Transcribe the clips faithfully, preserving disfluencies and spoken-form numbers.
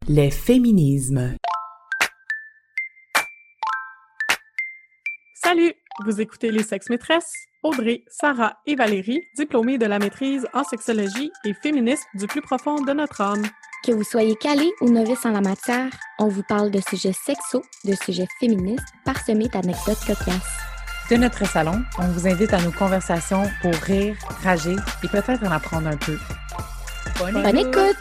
Les féminismes. Salut! Vous écoutez Les Sex-Maîtresses? Audrey, Sarah et Valérie, diplômées de la maîtrise en sexologie et féministes du plus profond de notre âme. Que vous soyez calé ou novice en la matière, on vous parle de sujets sexos, de sujets féministes, parsemés d'anecdotes cocasses. De notre salon, on vous invite à nos conversations pour rire, rager et peut-être en apprendre un peu. Bonne, Bonne écoute! écoute.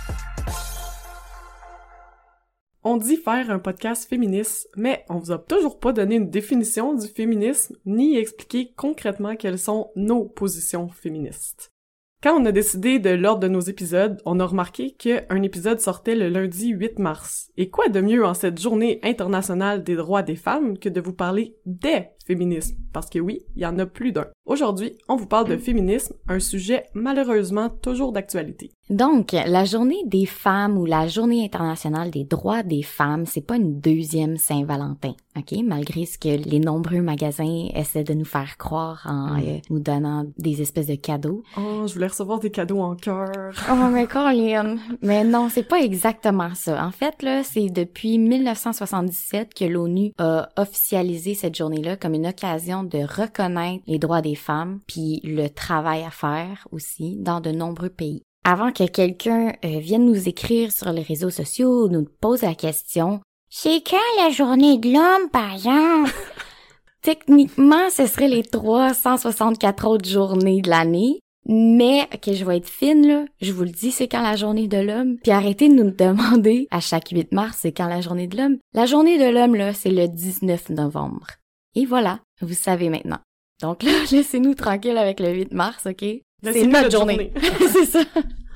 On dit faire un podcast féministe, mais on vous a toujours pas donné une définition du féminisme, ni expliqué concrètement quelles sont nos positions féministes. Quand on a décidé de l'ordre de nos épisodes, on a remarqué qu'un épisode sortait le lundi huit mars. Et quoi de mieux en cette journée internationale des droits des femmes que de vous parler des féminismes? Parce que oui, il y en a plus d'un. Aujourd'hui, on vous parle de féminisme, un sujet malheureusement toujours d'actualité. Donc, la journée des femmes ou la journée internationale des droits des femmes, c'est pas une deuxième Saint-Valentin, ok? Malgré ce que les nombreux magasins essaient de nous faire croire en euh, nous donnant des espèces de cadeaux. Oh, je voulais recevoir des cadeaux en cœur. Oh, mais Colin! Mais non, c'est pas exactement ça. En fait, là, c'est depuis dix-neuf cent soixante-dix-sept que l'ONU a officialisé cette journée-là comme une occasion de reconnaître les droits des femmes, puis le travail à faire aussi dans de nombreux pays. Avant que quelqu'un euh, vienne nous écrire sur les réseaux sociaux ou nous pose la question « C'est quand la journée de l'homme, par exemple? » Techniquement, ce serait les trois cent soixante-quatre autres journées de l'année. Mais, ok, je vais être fine, là. Je vous le dis, c'est quand la journée de l'homme. Puis arrêtez de nous demander à chaque huit mars, c'est quand la journée de l'homme. La journée de l'homme, là, c'est le dix-neuf novembre. Et voilà, vous savez maintenant. Donc là, laissez-nous tranquille avec le huit mars, ok? C'est notre journée. journée. C'est ça.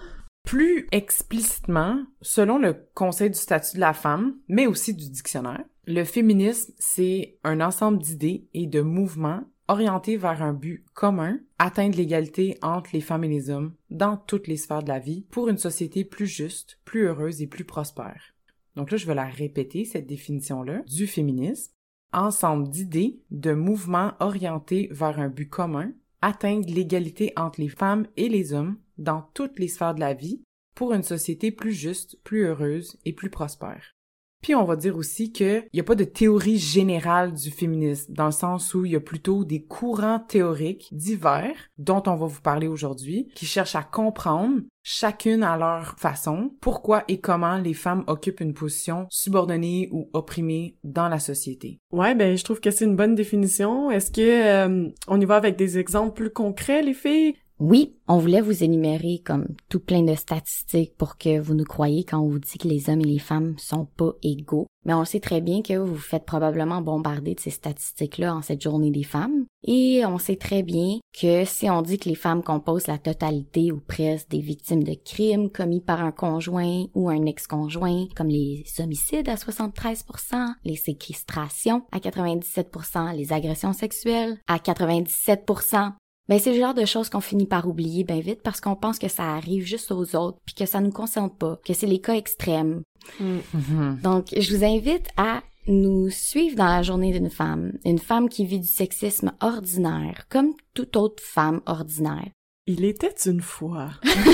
Plus explicitement, selon le Conseil du statut de la femme, mais aussi du dictionnaire, le féminisme, c'est un ensemble d'idées et de mouvements orientés vers un but commun, atteindre l'égalité entre les femmes et les hommes dans toutes les sphères de la vie pour une société plus juste, plus heureuse et plus prospère. Donc là, je vais la répéter, cette définition-là, du féminisme. Ensemble d'idées, de mouvements orientés vers un but commun, atteindre l'égalité entre les femmes et les hommes dans toutes les sphères de la vie pour une société plus juste, plus heureuse et plus prospère. Puis on va dire aussi qu'il n'y a pas de théorie générale du féminisme, dans le sens où il y a plutôt des courants théoriques divers, dont on va vous parler aujourd'hui, qui cherchent à comprendre, chacune à leur façon, pourquoi et comment les femmes occupent une position subordonnée ou opprimée dans la société. Ouais, ben je trouve que c'est une bonne définition. Est-ce que euh, on y va avec des exemples plus concrets, les filles? Oui, on voulait vous énumérer comme tout plein de statistiques pour que vous nous croyiez quand on vous dit que les hommes et les femmes sont pas égaux. Mais on sait très bien que vous vous faites probablement bombarder de ces statistiques-là en cette journée des femmes. Et on sait très bien que si on dit que les femmes composent la totalité ou presque des victimes de crimes commis par un conjoint ou un ex-conjoint, comme les homicides à soixante-treize pour cent, les séquestrations à quatre-vingt-dix-sept pour cent, les agressions sexuelles à quatre-vingt-dix-sept pour cent, ben c'est le genre de choses qu'on finit par oublier bien vite parce qu'on pense que ça arrive juste aux autres puis que ça nous concerne pas, que c'est les cas extrêmes. Mm-hmm. Donc, je vous invite à nous suivre dans la journée d'une femme, une femme qui vit du sexisme ordinaire, comme toute autre femme ordinaire. Il était une fois.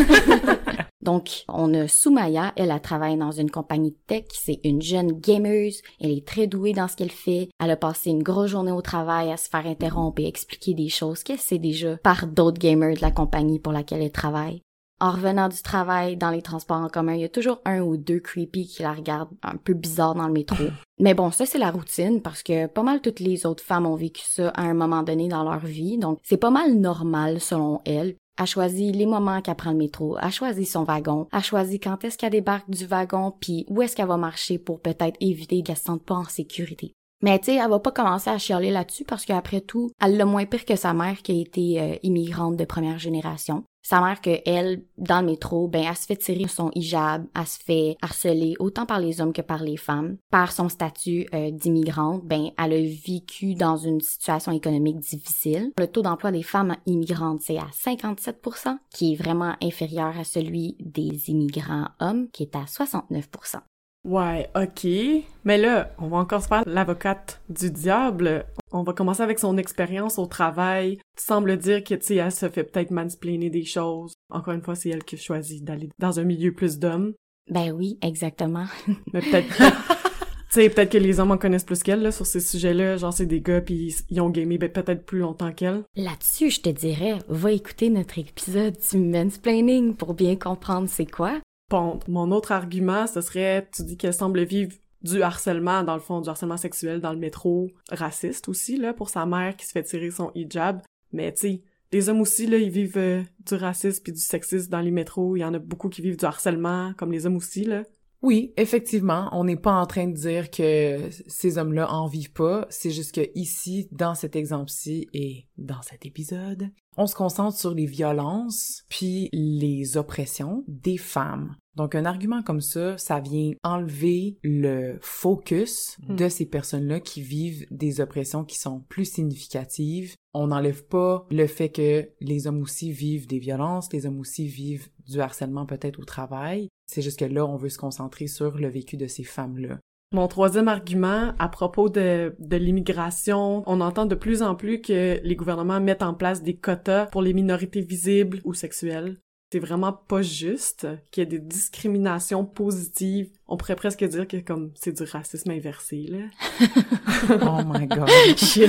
Donc, on a Soumaya, elle, elle travaille dans une compagnie de tech, c'est une jeune gameuse, elle est très douée dans ce qu'elle fait, elle a passé une grosse journée au travail à se faire interrompre et expliquer des choses qu'elle sait déjà par d'autres gamers de la compagnie pour laquelle elle travaille. En revenant du travail, dans les transports en commun, il y a toujours un ou deux creepy qui la regardent un peu bizarre dans le métro. Mais bon, ça c'est la routine parce que pas mal toutes les autres femmes ont vécu ça à un moment donné dans leur vie, donc c'est pas mal normal selon elle. Elle choisit les moments qu'elle prend le métro, elle choisit son wagon, elle choisit quand est-ce qu'elle débarque du wagon, puis où est-ce qu'elle va marcher pour peut-être éviter qu'elle se sente pas en sécurité. Mais tu sais, elle va pas commencer à chialer là-dessus parce qu'après tout, elle l'a moins pire que sa mère qui a été euh, immigrante de première génération. Sa mère que elle, dans le métro, ben elle se fait tirer son hijab, elle se fait harceler autant par les hommes que par les femmes. Par son statut euh, d'immigrante, ben elle a vécu dans une situation économique difficile. Le taux d'emploi des femmes immigrantes, c'est à cinquante-sept pour cent, qui est vraiment inférieur à celui des immigrants hommes, qui est à soixante-neuf pour cent. Ouais, ok. Mais là, on va encore se faire l'avocate du diable. On va commencer avec son expérience au travail. Tu sembles dire que, tu sais, elle se fait peut-être mansplainer des choses. Encore une fois, c'est elle qui choisit d'aller dans un milieu plus d'hommes. Ben oui, exactement. Mais peut-être... Tu sais, peut-être que les hommes en connaissent plus qu'elle, là, sur ces sujets-là. Genre, c'est des gars, puis ils ont gamé ben, peut-être plus longtemps qu'elle. Là-dessus, je te dirais, va écouter notre épisode du mansplaining pour bien comprendre c'est quoi. Bon, mon autre argument, ce serait, tu dis qu'elle semble vivre du harcèlement, dans le fond, du harcèlement sexuel dans le métro, raciste aussi, là, pour sa mère qui se fait tirer son hijab. Mais, tu sais, les hommes aussi, là, ils vivent euh, du racisme puis du sexisme dans les métros. Il y en a beaucoup qui vivent du harcèlement, comme les hommes aussi, là. Oui, effectivement, on n'est pas en train de dire que ces hommes-là en vivent pas, c'est juste que ici, dans cet exemple-ci et dans cet épisode, on se concentre sur les violences puis les oppressions des femmes. Donc un argument comme ça, ça vient enlever le focus Mm. de ces personnes-là qui vivent des oppressions qui sont plus significatives. On n'enlève pas le fait que les hommes aussi vivent des violences, les hommes aussi vivent du harcèlement peut-être au travail. C'est juste que là, on veut se concentrer sur le vécu de ces femmes-là. Mon troisième argument, à propos de, de l'immigration, on entend de plus en plus que les gouvernements mettent en place des quotas pour les minorités visibles ou sexuelles. C'est vraiment pas juste qu'il y ait des discriminations positives. On pourrait presque dire que comme c'est du racisme inversé, là. Oh my god. Shit.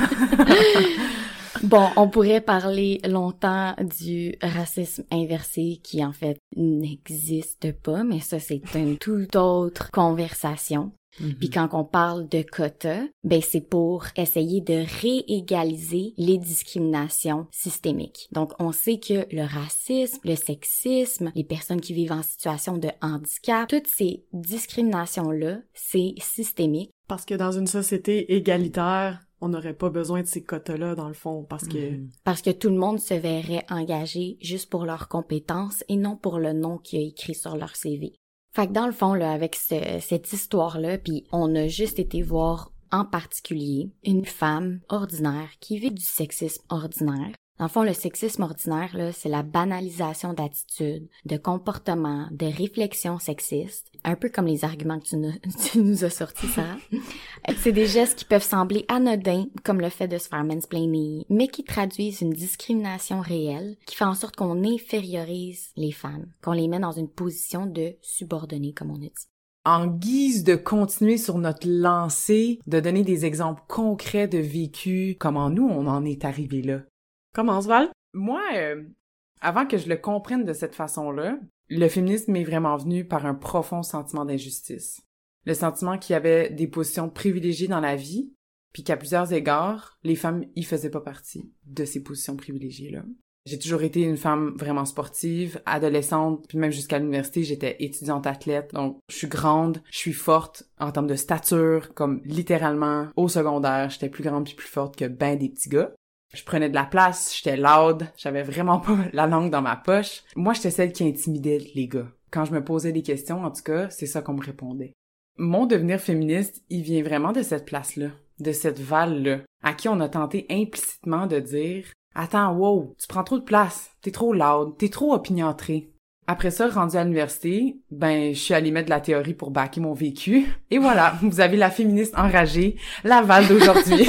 Bon, on pourrait parler longtemps du racisme inversé qui, en fait, n'existe pas, mais ça, c'est une toute autre conversation. Mm-hmm. Puis quand on parle de quotas, ben c'est pour essayer de réégaliser les discriminations systémiques. Donc on sait que le racisme, le sexisme, les personnes qui vivent en situation de handicap, toutes ces discriminations-là, c'est systémique. Parce que dans une société égalitaire, on n'aurait pas besoin de ces quotas-là, dans le fond, parce que... Mm-hmm. Parce que tout le monde se verrait engagé juste pour leurs compétences et non pour le nom qu'il y a écrit sur leur C V. Fait que dans le fond, là, avec ce, cette histoire-là, puis on a juste été voir en particulier une femme ordinaire qui vit du sexisme ordinaire. Dans le fond, le sexisme ordinaire, là, c'est la banalisation d'attitudes, de comportements, de réflexions sexistes, un peu comme les arguments que tu nous, tu nous as sortis, ça. C'est des gestes qui peuvent sembler anodins, comme le fait de se faire mansplainer, mais qui traduisent une discrimination réelle, qui fait en sorte qu'on infériorise les femmes, qu'on les met dans une position de subordonnée, comme on a dit. En guise de continuer sur notre lancée, de donner des exemples concrets de vécu, comment nous, on en est arrivé là. Commence, Val? Moi, euh, avant que je le comprenne de cette façon-là, le féminisme m'est vraiment venu par un profond sentiment d'injustice. Le sentiment qu'il y avait des positions privilégiées dans la vie, puis qu'à plusieurs égards, les femmes y faisaient pas partie de ces positions privilégiées-là. J'ai toujours été une femme vraiment sportive, adolescente, puis même jusqu'à l'université, j'étais étudiante athlète. Donc, je suis grande, je suis forte en termes de stature, comme littéralement, au secondaire, j'étais plus grande puis plus forte que ben des petits gars. Je prenais de la place, j'étais loud, j'avais vraiment pas la langue dans ma poche. Moi, j'étais celle qui intimidait les gars. Quand je me posais des questions, en tout cas, c'est ça qu'on me répondait. Mon devenir féministe, il vient vraiment de cette place-là, de cette Val-là, à qui on a tenté implicitement de dire « Attends, wow, tu prends trop de place, t'es trop loud, t'es trop opiniâtré. » Après ça, rendue à l'université, ben, je suis allée mettre de la théorie pour backer mon vécu. Et voilà, vous avez la féministe enragée, la Val d'aujourd'hui.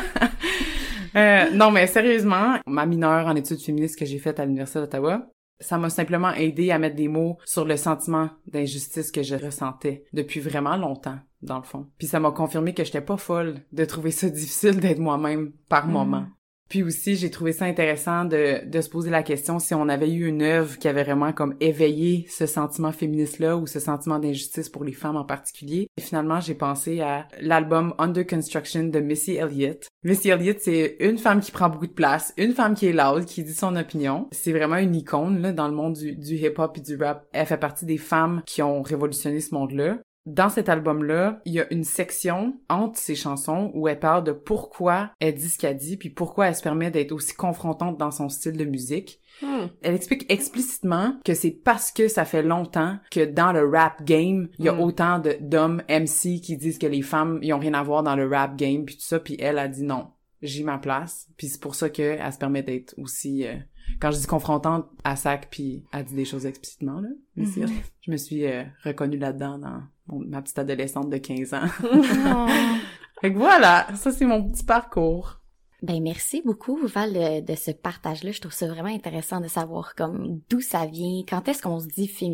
Euh, non, mais sérieusement, ma mineure en études féministes que j'ai faite à l'Université d'Ottawa, ça m'a simplement aidé à mettre des mots sur le sentiment d'injustice que je ressentais depuis vraiment longtemps, dans le fond. Puis ça m'a confirmé que j'étais pas folle de trouver ça difficile d'être moi-même par Mmh. moment. Puis aussi, j'ai trouvé ça intéressant de, de se poser la question si on avait eu une œuvre qui avait vraiment comme éveillé ce sentiment féministe-là ou ce sentiment d'injustice pour les femmes en particulier. Et finalement, j'ai pensé à l'album Under Construction de Missy Elliott. Missy Elliott, c'est une femme qui prend beaucoup de place, une femme qui est loud, qui dit son opinion. C'est vraiment une icône là dans le monde du, du hip-hop et du rap. Elle fait partie des femmes qui ont révolutionné ce monde-là. Dans cet album-là, il y a une section entre ses chansons où elle parle de pourquoi elle dit ce qu'elle dit puis pourquoi elle se permet d'être aussi confrontante dans son style de musique. Hmm. Elle explique explicitement que c'est parce que ça fait longtemps que dans le rap game, il y a Mm. autant de d'hommes M C qui disent que les femmes, ils ont rien à voir dans le rap game puis tout ça, puis elle a dit non, j'ai ma place. Puis c'est pour ça que elle se permet d'être aussi euh, quand je dis confrontante, à sac puis elle dit des choses explicitement là. Mais Mm-hmm. c'est- je me suis euh, reconnue là-dedans dans mon- ma petite adolescente de quinze ans. Oh. Fait que voilà, ça c'est mon petit parcours. Ben merci beaucoup Val de, de ce partage-là. Je trouve ça vraiment intéressant de savoir comme d'où ça vient, quand est-ce qu'on se dit féministe.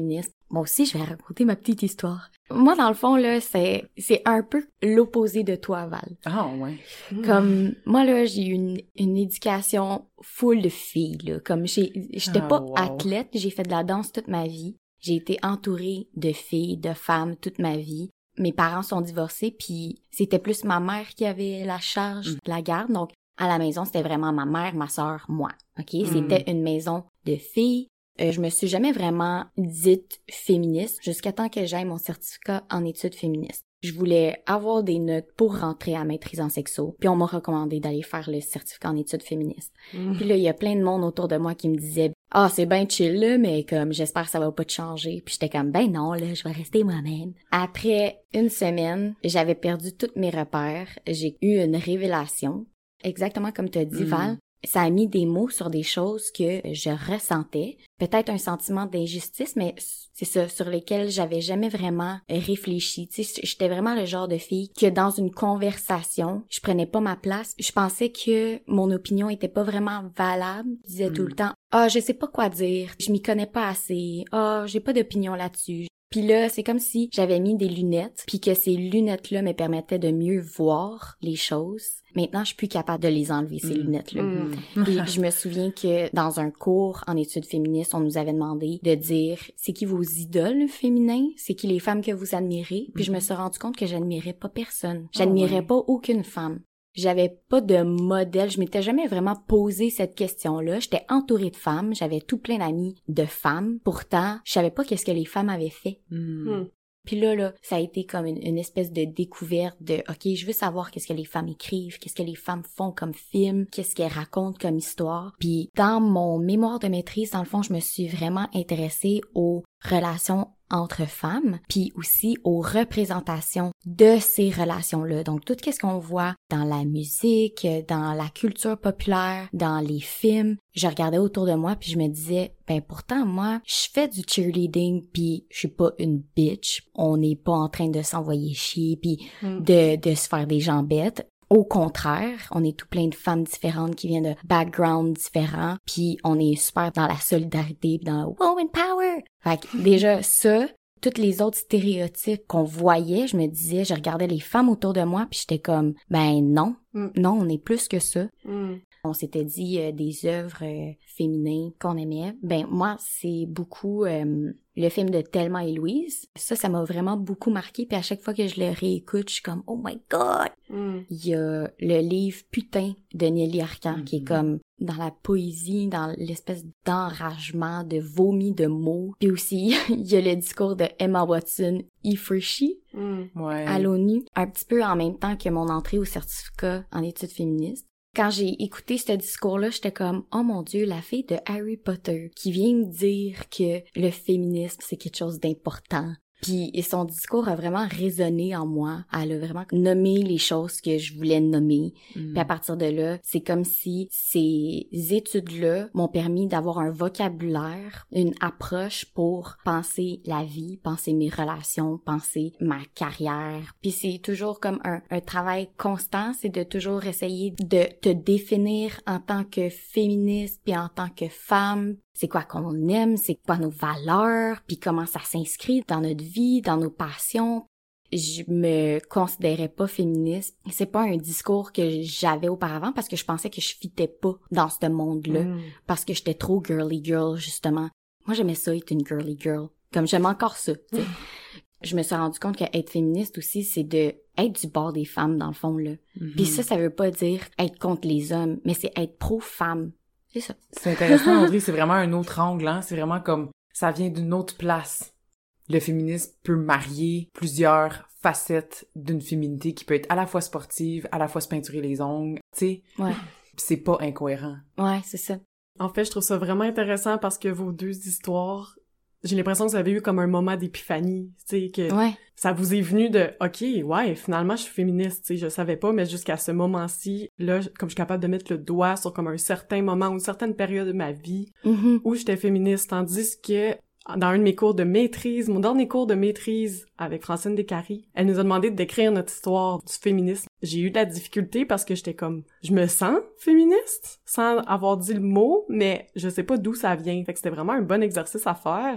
moi aussi, je vais raconter ma petite histoire. Moi, dans le fond, là, c'est c'est un peu l'opposé de toi, Val. Ah, ouais. Comme, moi, là, j'ai eu une, une éducation full de filles, là. Comme, j'ai, j'étais Ah, pas wow. athlète, j'ai fait de la danse toute ma vie. J'ai été entourée de filles, de femmes toute ma vie. Mes parents sont divorcés, puis c'était plus ma mère qui avait la charge Mm. de la garde. Donc, à la maison, c'était vraiment ma mère, ma sœur, moi. OK? Mm. C'était une maison de filles. Euh, je me suis jamais vraiment dite féministe jusqu'à temps que j'aille mon certificat en études féministes. Je voulais avoir des notes pour rentrer à maîtrise en sexo, puis on m'a recommandé d'aller faire le certificat en études féministes. Mm. Puis là, il y a plein de monde autour de moi qui me disait « Ah, c'est ben chill, là, mais comme j'espère que ça va pas te changer. » Puis j'étais comme « Ben non, là, je vais rester moi-même. » Après une semaine, j'avais perdu tous mes repères. J'ai eu une révélation, exactement comme tu as dit, Mm. Val. Ça a mis des mots sur des choses que je ressentais. Peut-être un sentiment d'injustice, mais c'est ça, sur lesquels j'avais jamais vraiment réfléchi. Tu sais, j'étais vraiment le genre de fille que dans une conversation, je prenais pas ma place. Je pensais que mon opinion était pas vraiment valable. Je disais Mm. tout le temps, ah, je sais pas quoi dire. Je m'y connais pas assez. Ah, j'ai pas d'opinion là-dessus. Puis là, c'est comme si j'avais mis des lunettes, puis que ces lunettes-là me permettaient de mieux voir les choses. Maintenant, je suis plus capable de les enlever, ces Mm. lunettes-là. Mm. Puis je me souviens que dans un cours en études féministes, on nous avait demandé de dire c'est qui vos idoles féminins, c'est qui les femmes que vous admirez. Puis je me suis rendu compte que j'admirais pas personne. J'admirais ouais. pas aucune femme. J'avais pas de modèle, je m'étais jamais vraiment posé cette question-là. J'étais entourée de femmes, j'avais tout plein d'amis de femmes. Pourtant, je savais pas qu'est-ce que les femmes avaient fait. Mm. Mm. Puis là, là, ça a été comme une, une espèce de découverte de « OK, je veux savoir qu'est-ce que les femmes écrivent, qu'est-ce que les femmes font comme film, qu'est-ce qu'elles racontent comme histoire. » Puis dans mon mémoire de maîtrise, dans le fond, je me suis vraiment intéressée aux relations entre femmes, puis aussi aux représentations de ces relations-là. Donc, tout ce qu'on voit dans la musique, dans la culture populaire, dans les films, je regardais autour de moi puis je me disais, ben pourtant, moi, je fais du cheerleading puis je suis pas une bitch. On n'est pas en train de s'envoyer chier puis Mm. de, de se faire des jambettes. Au contraire, on est tout plein de femmes différentes qui viennent de backgrounds différents, puis on est super dans la solidarité, puis dans le woman power. Fait que déjà ça, tous les autres stéréotypes qu'on voyait, je me disais, je regardais les femmes autour de moi, puis j'étais comme, ben non, Mm. non, on est plus que ça. Mm. On s'était dit euh, des œuvres euh, féminines qu'on aimait. Ben moi, c'est beaucoup euh, le film de Thelma et Louise. Ça, ça m'a vraiment beaucoup marqué. Puis à chaque fois que je le réécoute, je suis comme « Oh my God! » Mm. Il y a le livre « Putain » de Nelly Arcan, Mm-hmm. qui est comme dans la poésie, dans l'espèce d'enragement, de vomi de mots. Puis aussi, il y a le discours de Emma Watson, « E for She » Mm. Ouais. à l'ONU, un petit peu en même temps que mon entrée au certificat en études féministes. Quand j'ai écouté ce discours-là, j'étais comme « Oh mon Dieu, la fille de Harry Potter qui vient me dire que le féminisme, c'est quelque chose d'important. » Puis et son discours a vraiment résonné en moi. Elle a vraiment nommé les choses que je voulais nommer. Mm. Puis à partir de là, c'est comme si ces études-là m'ont permis d'avoir un vocabulaire, une approche pour penser la vie, penser mes relations, penser ma carrière. Puis c'est toujours comme un, un travail constant, c'est de toujours essayer de te définir en tant que féministe, puis en tant que femme. C'est quoi qu'on aime, c'est quoi nos valeurs, puis comment ça s'inscrit dans notre vie, dans nos passions. Je me considérais pas féministe. C'est pas un discours que j'avais auparavant parce que je pensais que je fitais pas dans ce monde-là, Mm. parce que j'étais trop girly girl, justement. Moi, j'aimais ça être une girly girl. Comme j'aime encore ça, tu sais. Je me suis rendu compte qu'être féministe aussi, c'est de être du bord des femmes, dans le fond, là. Mhm. Puis ça, ça veut pas dire être contre les hommes, mais c'est être pro-femme. C'est ça. C'est intéressant, Audrey, c'est vraiment un autre angle, hein. C'est vraiment comme, ça vient d'une autre place. Le féminisme peut marier plusieurs facettes d'une féminité qui peut être à la fois sportive, à la fois se peinturer les ongles, tu sais. Ouais. Pis c'est pas incohérent. Ouais, c'est ça. En fait, je trouve ça vraiment intéressant parce que vos deux histoires, j'ai l'impression que vous avez eu comme un moment d'épiphanie, tu sais, que Ouais. ça vous est venu de « OK, ouais, finalement, je suis féministe, tu sais, je savais pas, mais jusqu'à ce moment-ci, là, comme je suis capable de mettre le doigt sur comme un certain moment ou une certaine période de ma vie Mhm. où j'étais féministe, tandis que dans un de mes cours de maîtrise, mon dernier cours de maîtrise avec Francine Descaries, elle nous a demandé de décrire notre histoire du féminisme. J'ai eu de la difficulté parce que j'étais comme, je me sens féministe sans avoir dit le mot, mais je sais pas d'où ça vient. Fait que c'était vraiment un bon exercice à faire.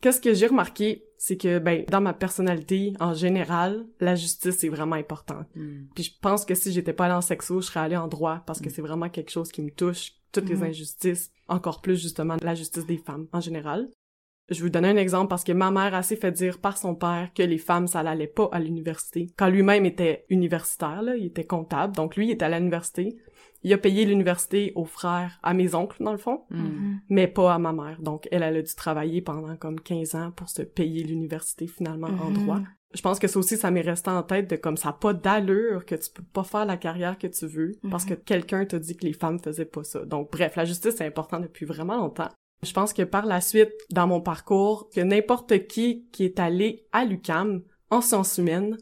Qu'est-ce que j'ai remarqué, c'est que, ben, dans ma personnalité, en général, la justice est vraiment importante. Mm. Puis je pense que si j'étais pas allée en sexo, je serais allée en droit, parce que mm. c'est vraiment quelque chose qui me touche, toutes mm. les injustices, encore plus, justement, la justice des femmes, en général. Je vais vous donner un exemple, parce que ma mère a s'est fait dire par son père que les femmes, ça l'allait pas à l'université. Quand lui-même était universitaire, là, il était comptable, donc lui, il était à l'université. Il a payé l'université aux frères, à mes oncles, dans le fond, mm-hmm. mais pas à ma mère. Donc, elle, elle a dû travailler pendant comme quinze ans pour se payer l'université, finalement, mm-hmm. en droit. Je pense que ça aussi, ça m'est resté en tête de comme ça n'a pas d'allure que tu peux pas faire la carrière que tu veux mm-hmm. parce que quelqu'un t'a dit que les femmes faisaient pas ça. Donc, bref, la justice, c'est important depuis vraiment longtemps. Je pense que par la suite, dans mon parcours, que n'importe qui qui est allé à l'U Q A M en sciences humaines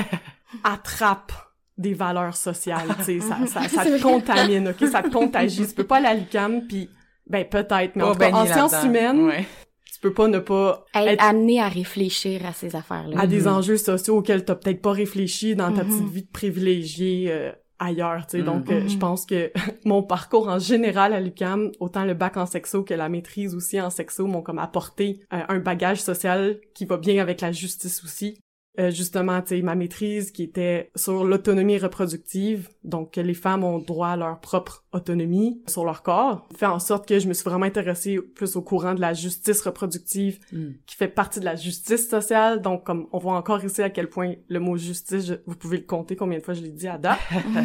attrape des valeurs sociales, tu sais, ça, ça, ça te contamine, ok, ça te contagie. Tu peux pas aller à l'U Q A M, puis ben peut-être, mais en, tout cas, en sciences humaines, ouais. tu peux pas ne pas être, être amené à réfléchir à ces affaires-là, à mm-hmm. des enjeux sociaux auxquels t'as peut-être pas réfléchi dans ta mm-hmm. petite vie de privilégiée euh, ailleurs, tu sais. Mm-hmm. Donc, euh, je pense que mon parcours en général à l'U Q A M, autant le bac en sexo que la maîtrise aussi en sexo, m'ont comme apporté euh, un bagage social qui va bien avec la justice aussi. Euh, justement, tu sais, ma maîtrise qui était sur l'autonomie reproductive, donc que les femmes ont droit à leur propre autonomie sur leur corps, fait en sorte que je me suis vraiment intéressée plus au courant de la justice reproductive, mm. qui fait partie de la justice sociale. Donc, comme on voit encore ici à quel point le mot justice, je, vous pouvez le compter combien de fois je l'ai dit à date.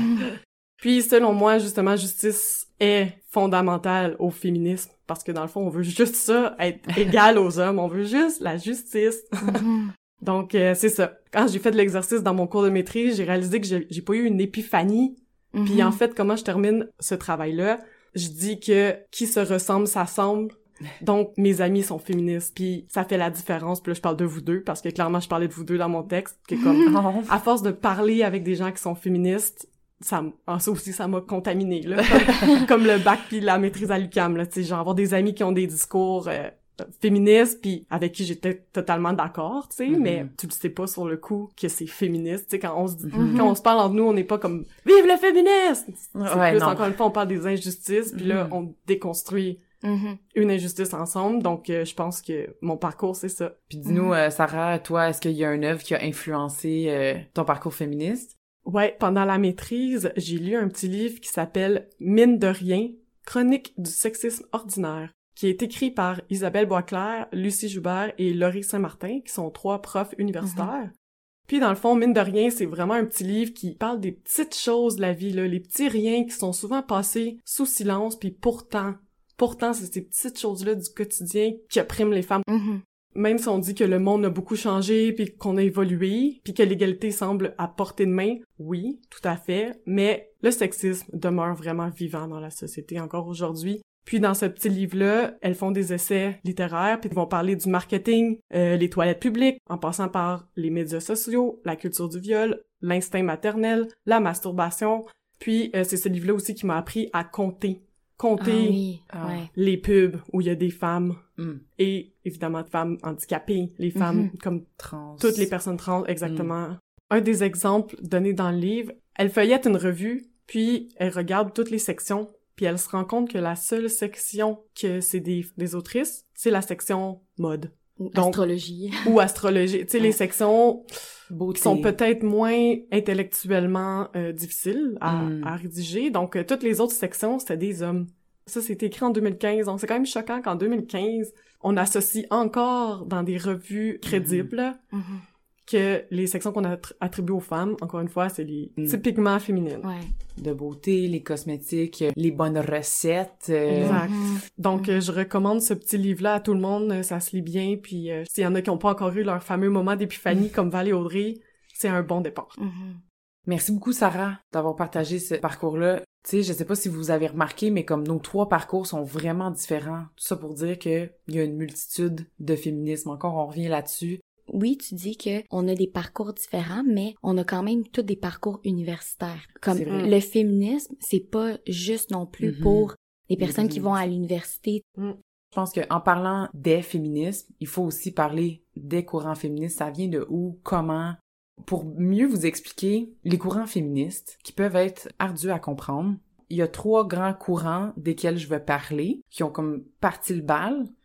Puis, selon moi, justement, justice est fondamentale au féminisme, parce que dans le fond, on veut juste ça, être égal aux hommes, on veut juste la justice. Mm-hmm. Donc, euh, c'est ça. Quand j'ai fait de l'exercice dans mon cours de maîtrise, j'ai réalisé que j'ai, j'ai pas eu une épiphanie. Mm-hmm. Puis en fait, comment je termine ce travail-là? Je dis que qui se ressemble s'assemble. Donc, mes amis sont féministes. Puis ça fait la différence. Puis là, je parle de vous deux, parce que clairement, je parlais de vous deux dans mon texte. Que comme, à force de parler avec des gens qui sont féministes, ça, ça aussi, ça m'a contaminé, là. Comme, comme le bac puis la maîtrise à l'U Q A M, là. Tu sais, genre avoir des amis qui ont des discours... Euh, féministe, puis avec qui j'étais totalement d'accord, tu sais, mm-hmm. mais tu le sais pas sur le coup que c'est féministe, tu sais, quand on se dit, mm-hmm. quand on se parle entre nous, on n'est pas comme « Vive le féminisme! » C'est ouais, plus, non. encore une fois, on parle des injustices, puis mm-hmm. là, on déconstruit mm-hmm. une injustice ensemble, donc euh, je pense que mon parcours, c'est ça. Puis dis-nous, mm-hmm. euh, Sarah, toi, est-ce qu'il y a une œuvre qui a influencé euh, ton parcours féministe? Ouais, pendant la maîtrise, j'ai lu un petit livre qui s'appelle « Mine de rien, chronique du sexisme ordinaire », qui est écrit par Isabelle Boisclair, Lucie Joubert et Laurie Saint-Martin, qui sont trois profs universitaires. Mm-hmm. Puis dans le fond, mine de rien, c'est vraiment un petit livre qui parle des petites choses de la vie, là, les petits riens qui sont souvent passés sous silence, puis pourtant, pourtant, c'est ces petites choses-là du quotidien qui oppriment les femmes. Mm-hmm. Même si on dit que le monde a beaucoup changé, puis qu'on a évolué, puis que l'égalité semble à portée de main, oui, tout à fait, mais le sexisme demeure vraiment vivant dans la société encore aujourd'hui. Puis dans ce petit livre-là, elles font des essais littéraires, puis ils vont parler du marketing, euh, les toilettes publiques, en passant par les médias sociaux, la culture du viol, l'instinct maternel, la masturbation. Puis euh, c'est ce livre-là aussi qui m'a appris à compter. Compter ah oui, euh, ouais. les pubs où il y a des femmes, mm. et évidemment des femmes handicapées, les femmes mm-hmm. comme trans. Toutes les personnes trans, exactement. Mm. Un des exemples donnés dans le livre, elle feuillette une revue, puis elle regarde toutes les sections, puis elle se rend compte que la seule section que c'est des, des autrices, c'est la section mode. Ou Donc, astrologie. Ou astrologie. Tu sais, ouais. les sections Beauté. qui sont peut-être moins intellectuellement euh, difficiles à, mm. à rédiger. Donc, euh, toutes les autres sections, c'était des hommes. Ça, c'était écrit en deux mille quinze. Donc, c'est quand même choquant qu'en deux mille quinze, on associe encore dans des revues crédibles mm. Mm-hmm. que les sections qu'on a attribuées aux femmes, encore une fois, c'est les mm. typiquement féminines. Ouais. De beauté, les cosmétiques, les bonnes recettes. Euh... Exact. Mm-hmm. Donc, euh, je recommande ce petit livre-là à tout le monde. Ça se lit bien. Puis, euh, s'il y en a qui n'ont pas encore eu leur fameux moment d'épiphanie, mm-hmm. comme Valérie, c'est un bon départ. Mm-hmm. Merci beaucoup, Sarah, d'avoir partagé ce parcours-là. Tu sais, je sais pas si vous avez remarqué, mais comme nos trois parcours sont vraiment différents. Tout ça pour dire que il y a une multitude de féminismes. Encore, on revient là-dessus. Oui, tu dis que on a des parcours différents, mais on a quand même tous des parcours universitaires. Comme le féminisme, c'est pas juste non plus mm-hmm. pour les personnes mm-hmm. qui vont à l'université. Mm. Je pense qu'en parlant des féminismes, il faut aussi parler des courants féministes. Ça vient de où, comment? Pour mieux vous expliquer les courants féministes, qui peuvent être ardus à comprendre, il y a trois grands courants desquels je vais parler, qui ont comme parti le bal.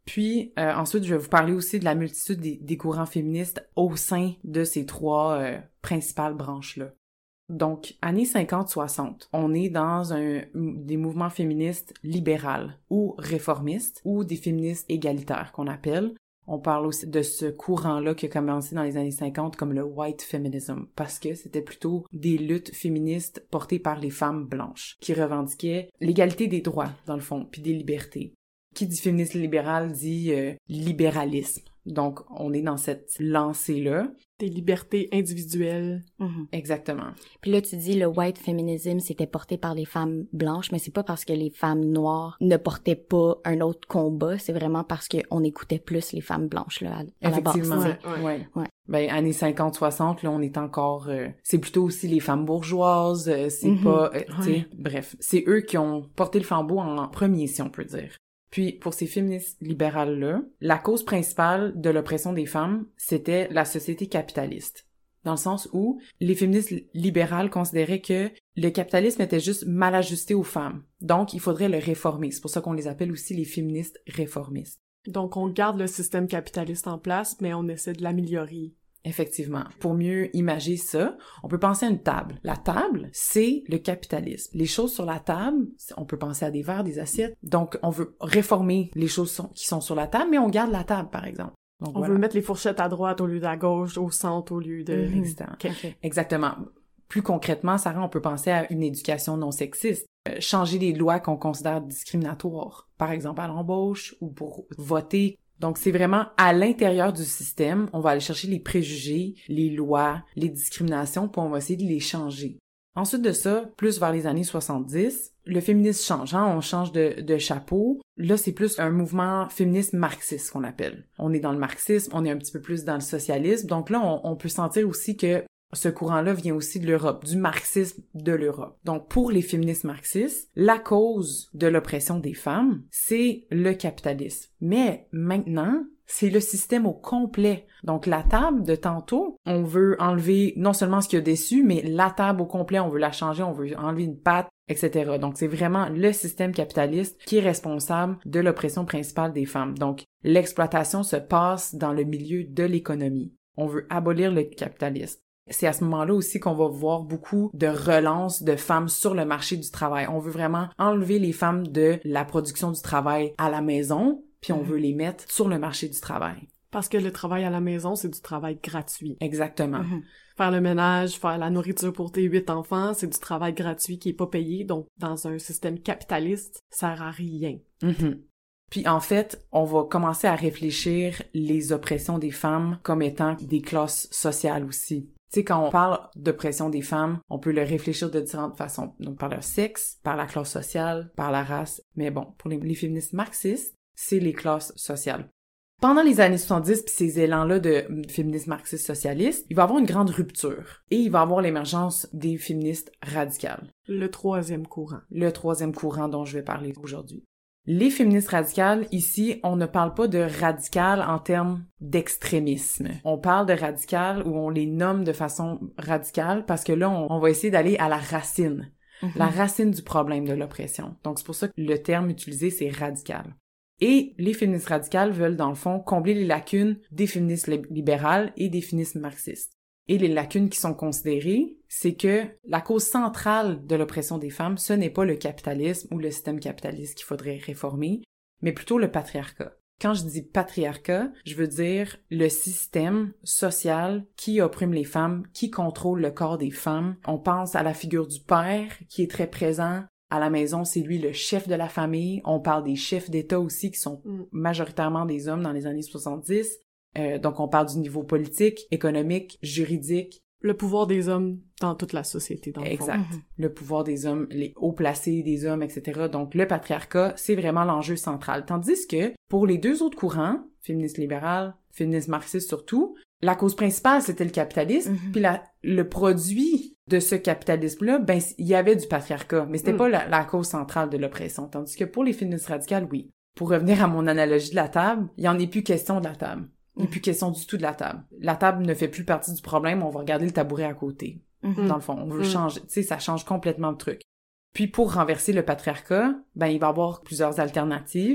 Puis euh, ensuite, je vais vous parler aussi de la multitude des, des courants féministes au sein de ces trois euh, principales branches-là. Donc, années cinquante soixante, on est dans un des mouvements féministes libérales ou réformistes ou des féministes égalitaires qu'on appelle. On parle aussi de ce courant-là qui a commencé dans les années cinquante comme le white feminism parce que c'était plutôt des luttes féministes portées par les femmes blanches qui revendiquaient l'égalité des droits, dans le fond, puis des libertés. Qui dit féminisme libéral dit euh, libéralisme. Donc, on est dans cette lancée-là. Des libertés individuelles. Mm-hmm. Exactement. Puis là, tu dis le white feminism, c'était porté par les femmes blanches, mais c'est pas parce que les femmes noires ne portaient pas un autre combat, c'est vraiment parce qu'on écoutait plus les femmes blanches, là, à, à la base. Effectivement, ouais, ouais. ouais. ouais. Ben, années cinquante soixante, là, on est encore... Euh, c'est plutôt aussi les femmes bourgeoises, euh, c'est Mm-hmm. pas... Euh, tu sais, Ouais. bref, c'est eux qui ont porté le flambeau en premier, si on peut dire. Puis, pour ces féministes libérales-là, la cause principale de l'oppression des femmes, c'était la société capitaliste. Dans le sens où les féministes libérales considéraient que le capitalisme était juste mal ajusté aux femmes. Donc, il faudrait le réformer. C'est pour ça qu'on les appelle aussi les féministes réformistes. Donc, on garde le système capitaliste en place, mais on essaie de l'améliorer. Effectivement. Pour mieux imager ça, on peut penser à une table. La table, c'est le capitalisme. Les choses sur la table, on peut penser à des verres, des assiettes. Donc, on veut réformer les choses qui sont sur la table, mais on garde la table, par exemple. Donc, On voilà. veut mettre les fourchettes à droite au lieu à gauche, au centre au lieu de... Mhm. Exactement. Ok. Exactement. Plus concrètement, Sarah, on peut penser à une éducation non sexiste. Euh, changer les lois qu'on considère discriminatoires. Par exemple, à l'embauche ou pour voter. Donc, c'est vraiment à l'intérieur du système, on va aller chercher les préjugés, les lois, les discriminations, puis on va essayer de les changer. Ensuite de ça, plus vers les années soixante-dix, le féminisme change, hein? On change de, de chapeau. Là, c'est plus un mouvement féministe marxiste qu'on appelle. On est dans le marxisme, on est un petit peu plus dans le socialisme. Donc là, on, on peut sentir aussi que ce courant-là vient aussi de l'Europe, du marxisme de l'Europe. Donc, pour les féministes marxistes, la cause de l'oppression des femmes, c'est le capitalisme. Mais maintenant, c'est le système au complet. Donc, la table de tantôt, on veut enlever non seulement ce qu'il y a dessus, mais la table au complet, on veut la changer, on veut enlever une patte, et cetera. Donc, c'est vraiment le système capitaliste qui est responsable de l'oppression principale des femmes. Donc, l'exploitation se passe dans le milieu de l'économie. On veut abolir le capitalisme. C'est à ce moment-là aussi qu'on va voir beaucoup de relance de femmes sur le marché du travail. On veut vraiment enlever les femmes de la production du travail à la maison, puis on Mhm. veut les mettre sur le marché du travail. Parce que le travail à la maison, c'est du travail gratuit. Exactement. Mhm. Faire le ménage, faire la nourriture pour tes huit enfants, c'est du travail gratuit qui est pas payé. Donc, dans un système capitaliste, ça sert à rien. Mhm. Puis en fait, on va commencer à réfléchir les oppressions des femmes comme étant des classes sociales aussi. Tu sais, quand on parle d'oppression des femmes, on peut le réfléchir de différentes façons. Donc, par leur sexe, par la classe sociale, par la race. Mais bon, pour les, les féministes marxistes, c'est les classes sociales. Pendant les années soixante-dix, puis ces élans-là de féministes marxistes socialistes, il va y avoir une grande rupture. Et il va y avoir l'émergence des féministes radicales. Le troisième courant. Le troisième courant dont je vais parler aujourd'hui. Les féministes radicales, ici, on ne parle pas de radical en termes d'extrémisme. On parle de radical où on les nomme de façon radicale parce que là, on, on va essayer d'aller à la racine. Mhm. La racine du problème de l'oppression. Donc, c'est pour ça que le terme utilisé, c'est radical. Et les féministes radicales veulent, dans le fond, combler les lacunes des féministes libérales et des féministes marxistes. Et les lacunes qui sont considérées, c'est que la cause centrale de l'oppression des femmes, ce n'est pas le capitalisme ou le système capitaliste qu'il faudrait réformer, mais plutôt le patriarcat. Quand je dis patriarcat, je veux dire le système social qui opprime les femmes, qui contrôle le corps des femmes. On pense à la figure du père qui est très présent. À la maison, c'est lui le chef de la famille. On parle des chefs d'État aussi qui sont Mm. majoritairement des hommes dans les années soixante-dix. Euh, donc, on parle du niveau politique, économique, juridique. Le pouvoir des hommes dans toute la société, dans le fond. Exact. Mhm. Le pouvoir des hommes, les hauts placés des hommes, et cetera. Donc, le patriarcat, c'est vraiment l'enjeu central. Tandis que, pour les deux autres courants, féministes libérales, féministes marxistes surtout, la cause principale, c'était le capitalisme. Mhm. Puis la, le produit de ce capitalisme-là, ben, il y avait du patriarcat. Mais c'était Mm. pas la, la cause centrale de l'oppression. Tandis que pour les féministes radicales, oui. Pour revenir à mon analogie de la table, il y en est plus question de la table. Il n'est plus question du tout de la table. La table ne fait plus partie du problème, on va regarder le tabouret à côté. Mhm. Dans le fond, on veut Mm. changer. Tu sais, ça change complètement le truc. Puis pour renverser le patriarcat, ben il va y avoir plusieurs alternatives.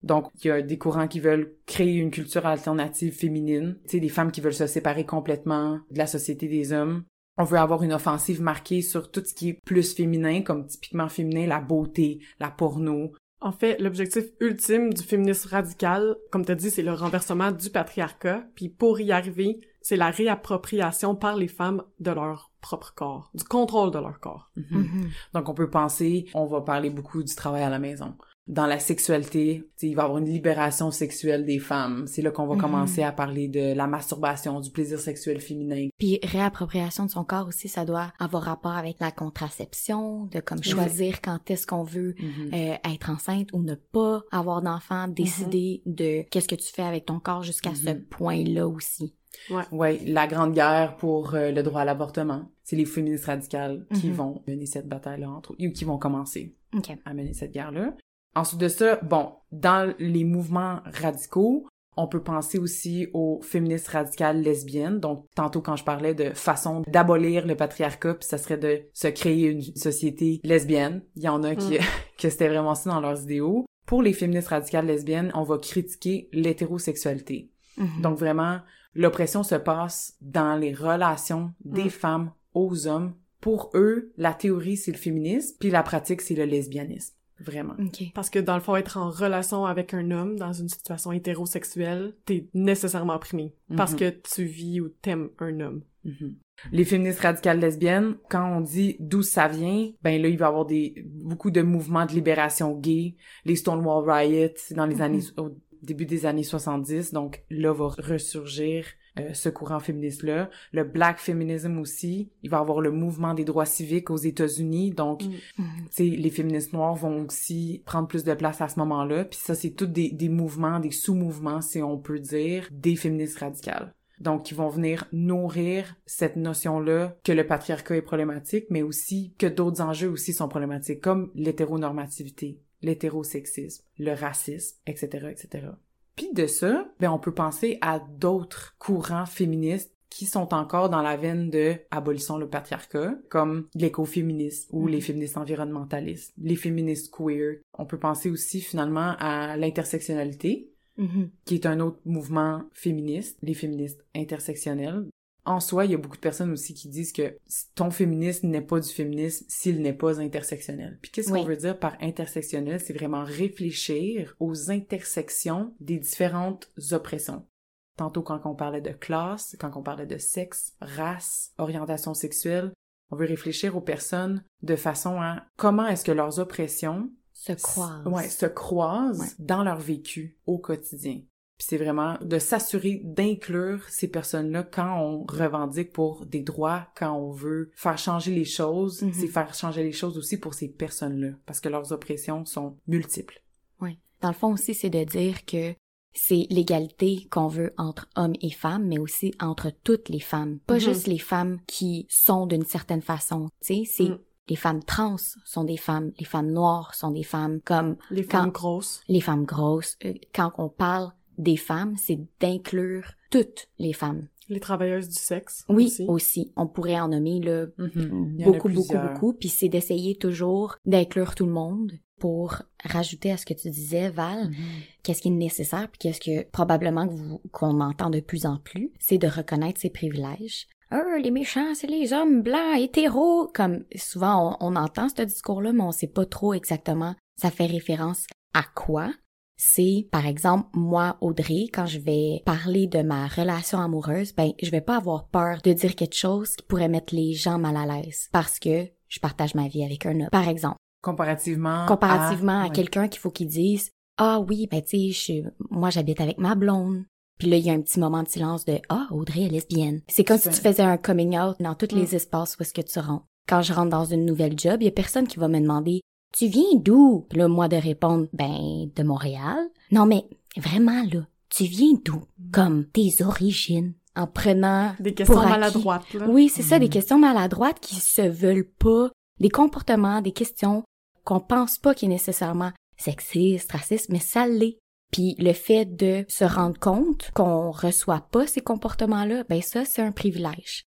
Donc, il y a des courants qui veulent créer une culture alternative féminine. Tu sais, des femmes qui veulent se séparer complètement de la société des hommes. On veut avoir une offensive marquée sur tout ce qui est plus féminin, comme typiquement féminin, la beauté, la porno. En fait, l'objectif ultime du féminisme radical, comme t'as dit, c'est le renversement du patriarcat. Puis pour y arriver, c'est la réappropriation par les femmes de leur propre corps, du contrôle de leur corps. Mm-hmm. Mm-hmm. Donc, on peut penser, on va parler beaucoup du travail à la maison. Dans la sexualité, il va y avoir une libération sexuelle des femmes. C'est là qu'on va mm-hmm. commencer à parler de la masturbation, du plaisir sexuel féminin. Puis réappropriation de son corps aussi, ça doit avoir rapport avec la contraception, de comme choisir mm-hmm. quand est-ce qu'on veut mm-hmm. euh, être enceinte ou ne pas avoir d'enfant, décider mm-hmm. de qu'est-ce que tu fais avec ton corps jusqu'à mm-hmm. ce point-là aussi. Ouais. ouais, la grande guerre pour euh, le droit à l'avortement. C'est les féministes radicales qui mm-hmm. vont mener cette bataille-là, entre autres, ou qui vont commencer okay. à mener cette guerre-là. Ensuite de ça, bon, dans les mouvements radicaux, on peut penser aussi aux féministes radicales lesbiennes. Donc, tantôt quand je parlais de façon d'abolir le patriarcat, puis ça serait de se créer une société lesbienne. Il y en a qui, mm. que c'était vraiment ça dans leurs idéaux. Pour les féministes radicales lesbiennes, on va critiquer l'hétérosexualité. Mm-hmm. Donc, vraiment, l'oppression se passe dans les relations des mm. femmes aux hommes. Pour eux, la théorie, c'est le féminisme, puis la pratique, c'est le lesbianisme. Vraiment. Okay. Parce que dans le fond, être en relation avec un homme dans une situation hétérosexuelle, t'es nécessairement opprimé. Mm-hmm. Parce que tu vis ou t'aimes un homme. Mm-hmm. Les féministes radicales lesbiennes, quand on dit d'où ça vient, ben là, il va y avoir des, beaucoup de mouvements de libération gay. Les Stonewall Riots, dans les mm-hmm. années, au début des années soixante-dix. Donc là, va ressurgir Euh, ce courant féministe-là. Le black feminism aussi. Il va y avoir le mouvement des droits civiques aux États-Unis. Donc, mm. tu sais, les féministes noires vont aussi prendre plus de place à ce moment-là. Puis ça, c'est tous des, des mouvements, des sous-mouvements, si on peut dire, des féministes radicales. Donc, ils vont venir nourrir cette notion-là que le patriarcat est problématique, mais aussi que d'autres enjeux aussi sont problématiques, comme l'hétéronormativité, l'hétérosexisme, le racisme, et cetera, et cetera. Puis de ça, ben on peut penser à d'autres courants féministes qui sont encore dans la veine de abolissons le patriarcat, comme l'écoféminisme ou mm-hmm. les féministes environnementalistes, les féministes queer. On peut penser aussi finalement à l'intersectionnalité, mm-hmm. qui est un autre mouvement féministe, les féministes intersectionnels. En soi, il y a beaucoup de personnes aussi qui disent que ton féminisme n'est pas du féminisme s'il n'est pas intersectionnel. Puis qu'est-ce oui. qu'on veut dire par intersectionnel? C'est vraiment réfléchir aux intersections des différentes oppressions. Tantôt quand on parlait de classe, quand on parlait de sexe, race, orientation sexuelle, on veut réfléchir aux personnes de façon à comment est-ce que leurs oppressions se croisent, ouais, se croisent ouais. dans leur vécu au quotidien. Puis c'est vraiment de s'assurer d'inclure ces personnes-là quand on revendique pour des droits, quand on veut faire changer les choses, mm-hmm. c'est faire changer les choses aussi pour ces personnes-là, parce que leurs oppressions sont multiples. Oui. Dans le fond aussi, c'est de dire que c'est l'égalité qu'on veut entre hommes et femmes, mais aussi entre toutes les femmes. Pas mm-hmm. juste les femmes qui sont d'une certaine façon, tu sais, c'est... Mm. Les femmes trans sont des femmes, les femmes noires sont des femmes comme... Les femmes grosses. Les femmes grosses. Quand on parle des femmes, c'est d'inclure toutes les femmes. Les travailleuses du sexe. Oui, aussi. aussi. On pourrait en nommer là mm-hmm. beaucoup, beaucoup, beaucoup. Puis c'est d'essayer toujours d'inclure tout le monde pour rajouter à ce que tu disais, Val, mm-hmm. qu'est-ce qui est nécessaire, puis qu'est-ce que probablement que vous, qu'on entend de plus en plus, c'est de reconnaître ses privilèges. Euh, les méchants, c'est les hommes blancs, hétéros. Comme souvent, on, on entend ce discours-là, mais on sait pas trop exactement ça fait référence à quoi. C'est, par exemple, moi, Audrey, quand je vais parler de ma relation amoureuse, ben, je vais pas avoir peur de dire quelque chose qui pourrait mettre les gens mal à l'aise parce que je partage ma vie avec un homme, par exemple. Comparativement Comparativement à, à ouais. quelqu'un qu'il faut qu'il dise « Ah oui, ben tu sais, moi j'habite avec ma blonde. » Puis là, il y a un petit moment de silence de « Ah, Audrey est lesbienne. » C'est comme c'est... si tu faisais un coming out dans tous mm. les espaces où est-ce que tu rentres. Quand je rentre dans une nouvelle job, il y a personne qui va me demander « Tu viens d'où? » Puis là, moi de répondre « Ben, de Montréal. » Non, mais vraiment, là, tu viens d'où? Mm. Comme tes origines. En prenant... Des questions maladroites, là. Oui, c'est mm. ça, des questions maladroites qui se veulent pas. Des comportements, des questions qu'on pense pas qu'il est nécessairement sexiste, raciste, mais ça l'est. Puis le fait de se rendre compte qu'on reçoit pas ces comportements-là, ben ça, c'est un privilège.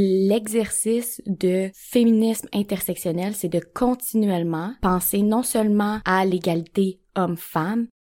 L'exercice de féminisme intersectionnel, c'est de continuellement penser non seulement à l'égalité homme-femme,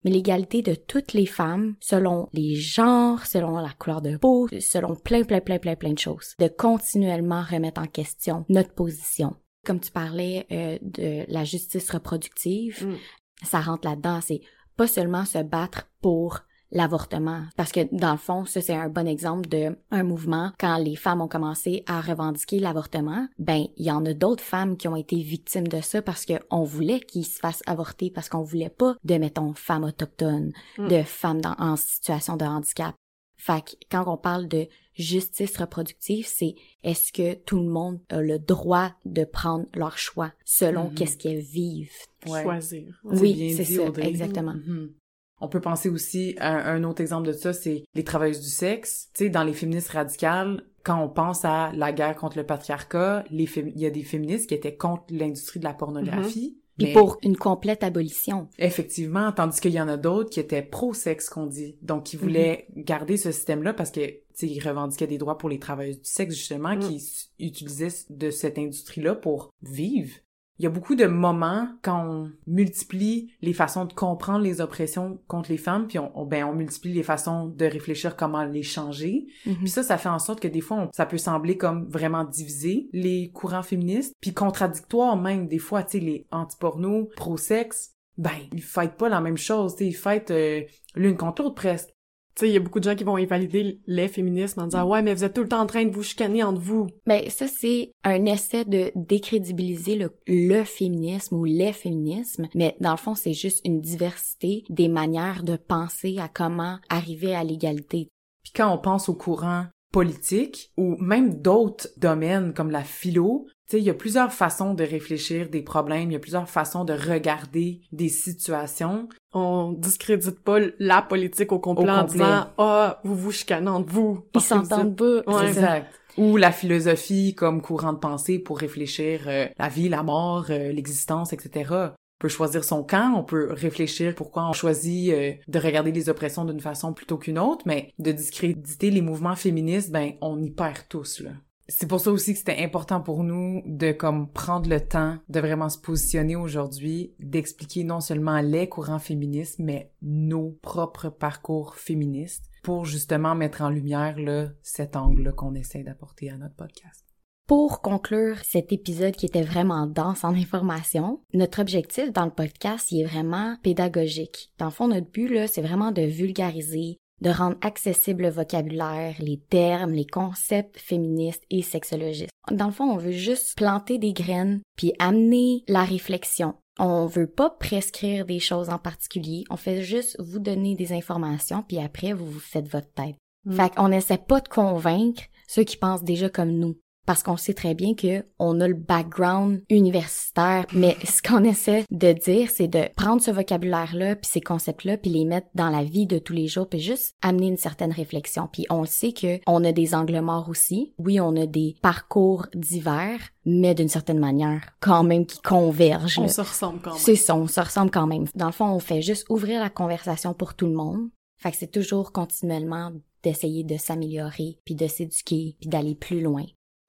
mais l'égalité de toutes les femmes, selon les genres, selon la couleur de peau, selon plein, plein, plein, plein, plein de choses. De continuellement remettre en question notre position. Comme tu parlais euh, de la justice reproductive, mm. ça rentre là-dedans, c'est pas seulement se battre pour l'avortement. Parce que, dans le fond, ça, c'est un bon exemple de un mouvement. Quand les femmes ont commencé à revendiquer l'avortement, ben, il y en a d'autres femmes qui ont été victimes de ça parce qu'on voulait qu'ils se fassent avorter, parce qu'on voulait pas de, mettons, femmes autochtones, mm. de femmes dans, en situation de handicap. Fait que, quand on parle de justice reproductive, c'est est-ce que tout le monde a le droit de prendre leur choix selon mm-hmm. qu'est-ce qu'elles vivent? Ouais. Choisir. Oui, c'est ça, Audrey. Exactement. Mm-hmm. On peut penser aussi à un autre exemple de ça, c'est les travailleuses du sexe. Tu sais, dans les féministes radicales, quand on pense à la guerre contre le patriarcat, les fé- il y a des féministes qui étaient contre l'industrie de la pornographie. Mm-hmm. Puis pour une complète abolition. Effectivement, tandis qu'il y en a d'autres qui étaient pro-sexe, qu'on dit. Donc, qui voulaient mm-hmm. garder ce système-là parce que, tu sais, ils revendiquaient des droits pour les travailleuses du sexe, justement, mm. qui s- utilisaient de cette industrie-là pour vivre. Il y a beaucoup de moments quand on multiplie les façons de comprendre les oppressions contre les femmes, puis on, on ben on multiplie les façons de réfléchir comment les changer. Mm-hmm. Puis ça, ça fait en sorte que des fois, on, ça peut sembler comme vraiment diviser les courants féministes, puis contradictoire même des fois, tu sais, les anti-porno, pro-sexe, ben ils fightent pas la même chose, tu sais, ils fightent euh, l'une contre l'autre presque. Tu sais, il y a beaucoup de gens qui vont invalider les féminismes en disant « Ouais, mais vous êtes tout le temps en train de vous chicaner entre vous. » Ben ça, c'est un essai de décrédibiliser le, le féminisme ou les féminismes, mais dans le fond, c'est juste une diversité des manières de penser à comment arriver à l'égalité. Puis quand on pense au courant politique ou même d'autres domaines comme la philo, tu sais, il y a plusieurs façons de réfléchir des problèmes, il y a plusieurs façons de regarder des situations. On discrédite pas la politique au complet, au complet. En disant « Ah, oh, vous vous chicanez entre vous. » Ils s'entendent pas. Ouais, exact. Ou la philosophie comme courant de pensée pour réfléchir euh, la vie, la mort, euh, l'existence, et cetera. On peut choisir son camp, on peut réfléchir pourquoi on choisit euh, de regarder les oppressions d'une façon plutôt qu'une autre, mais de discréditer les mouvements féministes, ben on y perd tous, là. C'est pour ça aussi que c'était important pour nous de comme prendre le temps de vraiment se positionner aujourd'hui, d'expliquer non seulement les courants féministes, mais nos propres parcours féministes pour justement mettre en lumière là, cet angle qu'on essaie d'apporter à notre podcast. Pour conclure cet épisode qui était vraiment dense en information, notre objectif dans le podcast, il est vraiment pédagogique. Dans le fond, notre but, là, c'est vraiment de vulgariser, de rendre accessible le vocabulaire, les termes, les concepts féministes et sexologistes. Dans le fond, on veut juste planter des graines puis amener la réflexion. On veut pas prescrire des choses en particulier, on fait juste vous donner des informations puis après, vous vous faites votre tête. Mm. Fait qu'on essaie pas de convaincre ceux qui pensent déjà comme nous. Parce qu'on sait très bien que on a le background universitaire, mais ce qu'on essaie de dire, c'est de prendre ce vocabulaire-là, puis ces concepts-là, puis les mettre dans la vie de tous les jours, puis juste amener une certaine réflexion. Puis on le sait que on a des angles morts aussi. Oui, on a des parcours divers, mais d'une certaine manière, quand même, qui convergent. On là. se ressemble quand même. C'est ça, on se ressemble quand même. Dans le fond, on fait juste ouvrir la conversation pour tout le monde. Fait que c'est toujours continuellement d'essayer de s'améliorer, puis de s'éduquer, puis d'aller plus loin.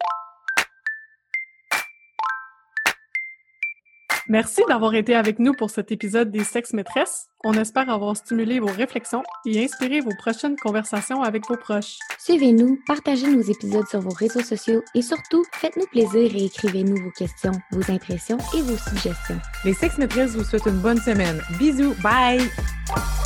Merci d'avoir été avec nous pour cet épisode des Sexes Maîtresses. On espère avoir stimulé vos réflexions et inspiré vos prochaines conversations avec vos proches. Suivez-nous, partagez nos épisodes sur vos réseaux sociaux et surtout, faites-nous plaisir et écrivez-nous vos questions, vos impressions et vos suggestions. Les Sexes Maîtresses vous souhaitent une bonne semaine. Bisous, bye!